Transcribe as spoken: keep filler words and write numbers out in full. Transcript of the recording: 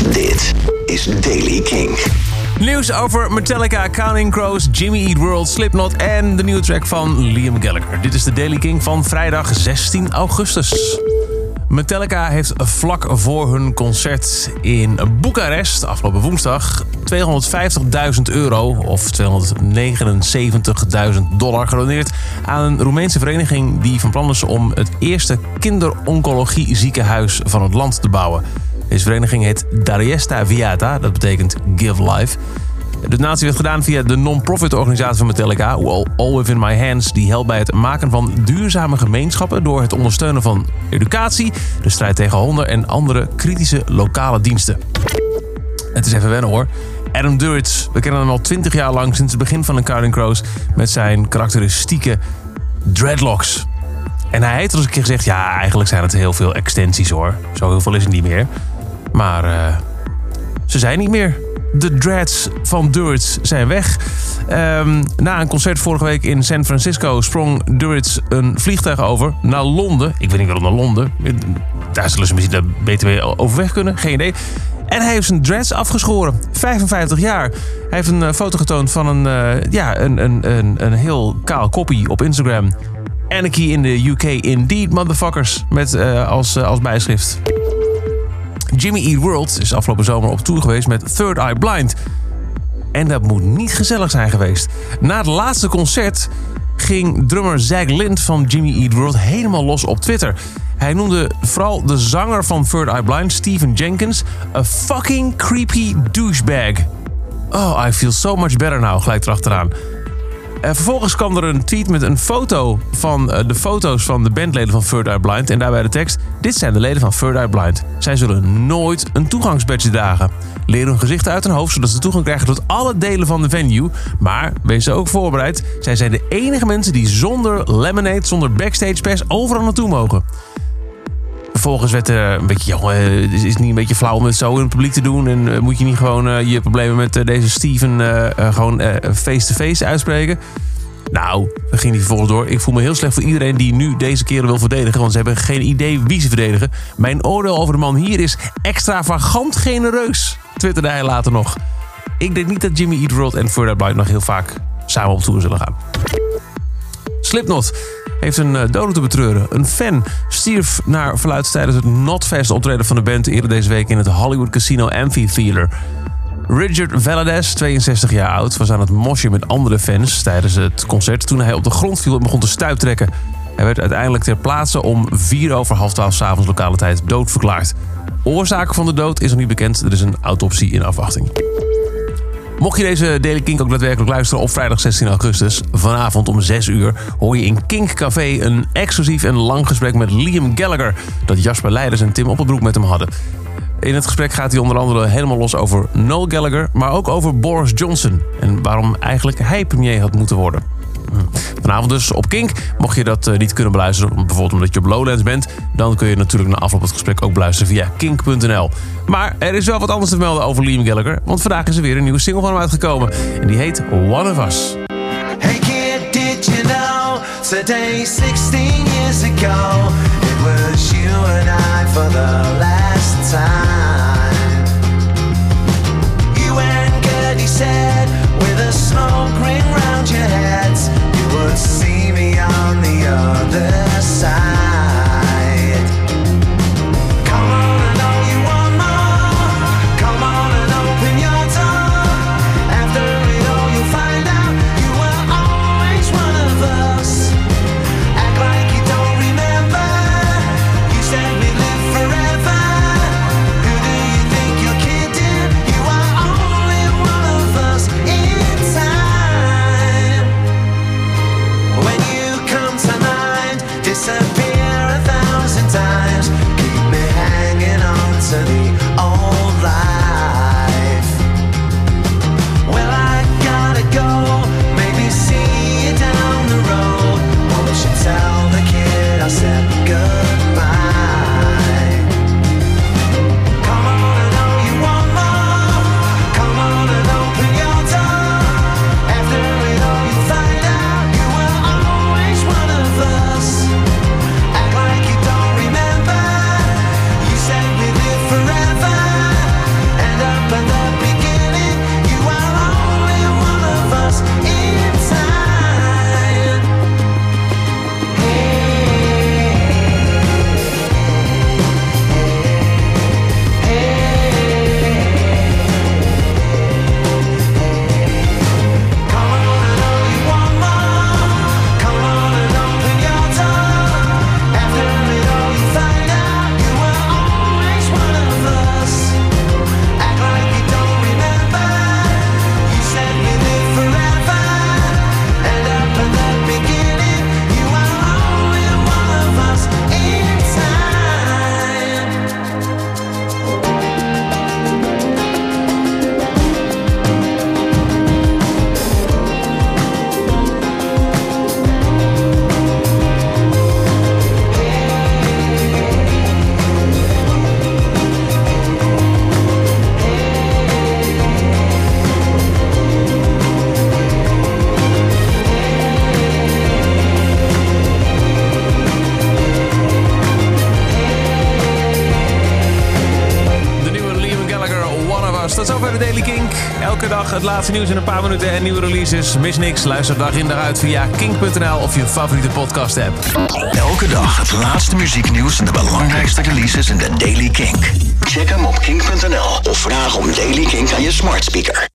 Dit is Daily King. Nieuws over Metallica, Counting Crows, Jimmy Eat World, Slipknot en de nieuwe track van Liam Gallagher. Dit is de Daily King van vrijdag zestien augustus. Metallica heeft vlak voor hun concert in Boekarest afgelopen woensdag tweehonderdvijftigduizend euro of tweehonderdnegenenzeventigduizend dollar gedoneerd aan een Roemeense vereniging die van plan is om het eerste kinderoncologie ziekenhuis van het land te bouwen. Deze vereniging heet Dariesta Viata, dat betekent Give Life. De donatie werd gedaan via de non-profit organisatie van Metallica, All, All Within My Hands, die helpt bij het maken van duurzame gemeenschappen door het ondersteunen van educatie, de strijd tegen honden en andere kritische lokale diensten. Het is even wennen hoor. Adam Duritz, we kennen hem al twintig jaar lang sinds het begin van de Counting Crows met zijn karakteristieke dreadlocks. En hij heeft al eens een keer gezegd, ja, eigenlijk zijn het heel veel extensies hoor. Zo heel veel is het niet meer. Maar uh, ze zijn niet meer. De dreads van Duritz zijn weg. Um, na een concert vorige week in San Francisco sprong Duritz een vliegtuig over naar Londen. Ik weet niet waarom naar Londen. Daar zullen ze misschien beter mee overweg kunnen. Geen idee. En hij heeft zijn dreads afgeschoren. vijfenvijftig jaar. Hij heeft een uh, foto getoond van een, uh, ja, een, een, een, een heel kaal koppie op Instagram. Anarchy in de U K indeed, motherfuckers. Met uh, als, uh, als bijschrift. Jimmy Eat World is afgelopen zomer op tour geweest met Third Eye Blind. En dat moet niet gezellig zijn geweest. Na het laatste concert ging drummer Zach Lind van Jimmy Eat World helemaal los op Twitter. Hij noemde vooral de zanger van Third Eye Blind, Stephen Jenkins, a fucking creepy douchebag. Oh, I feel so much better now, gelijk erachteraan. Uh, vervolgens kwam er een tweet met een foto van uh, de foto's van de bandleden van Third Eye Blind. En daarbij de tekst: dit zijn de leden van Third Eye Blind. Zij zullen nooit een toegangsbadge dragen. Leer hun gezichten uit hun hoofd, zodat ze toegang krijgen tot alle delen van de venue. Maar wees ook voorbereid. Zij zijn de enige mensen die zonder lemonade, zonder backstage pass overal naartoe mogen. Vervolgens werd er een beetje, jongen, is het niet een beetje flauw om het zo in het publiek te doen? En uh, moet je niet gewoon uh, je problemen met uh, deze Steven uh, uh, gewoon uh, face-to-face uitspreken? Nou, dan ging hij vervolgens door. Ik voel me heel slecht voor iedereen die nu deze keren wil verdedigen, want ze hebben geen idee wie ze verdedigen. Mijn oordeel over de man hier is extravagant genereus, twitterde hij later nog. Ik denk niet dat Jimmy Eat World en Third Eye Blind nog heel vaak samen op tour zullen gaan. Slipknot heeft een uh, dode te betreuren. Een fan stierf naar verluidt tijdens het Knotfest optreden van de band eerder deze week in het Hollywood Casino Amphitheater. Richard Valadez, tweeënzestig jaar oud, was aan het mosje met andere fans tijdens het concert toen hij op de grond viel en begon te stuiptrekken. Hij werd uiteindelijk ter plaatse om vier over half twaalf 's avonds lokale tijd doodverklaard. Oorzaak van de dood is nog niet bekend. Er is een autopsie in afwachting. Mocht je deze Daily Kink ook daadwerkelijk luisteren op vrijdag zestien augustus... vanavond om zes uur hoor je in Kink Café een exclusief en lang gesprek met Liam Gallagher... dat Jasper Leiders en Tim Oppenbroek met hem hadden. In het gesprek gaat hij onder andere helemaal los over Noel Gallagher... maar ook over Boris Johnson en waarom eigenlijk hij premier had moeten worden. Vanavond dus op Kink. Mocht je dat uh, niet kunnen beluisteren, bijvoorbeeld omdat je op Lowlands bent... dan kun je natuurlijk na afloop het gesprek ook beluisteren via kink punt n l. Maar er is wel wat anders te melden over Liam Gallagher... want vandaag is er weer een nieuwe single van hem uitgekomen. En die heet One of Us. Hey kid, did you know today sixteen years ago it was you and I for the last time. You and Gertie said with a smoke ring round your heads you would see me on the other side. Come on, I know you want more. Come on and open your door. After it all you'll find out you were always one of us. Act like you don't remember. You said we live forever. podcast. Tot zover de Daily Kink. Elke dag het laatste nieuws in een paar minuten en nieuwe releases. Mis niks. Luister dag in dag uit via kink punt n l of je favoriete podcast app. Elke dag het laatste muzieknieuws en de belangrijkste releases in de Daily Kink. Check hem op kink punt n l of vraag om Daily Kink aan je smart speaker.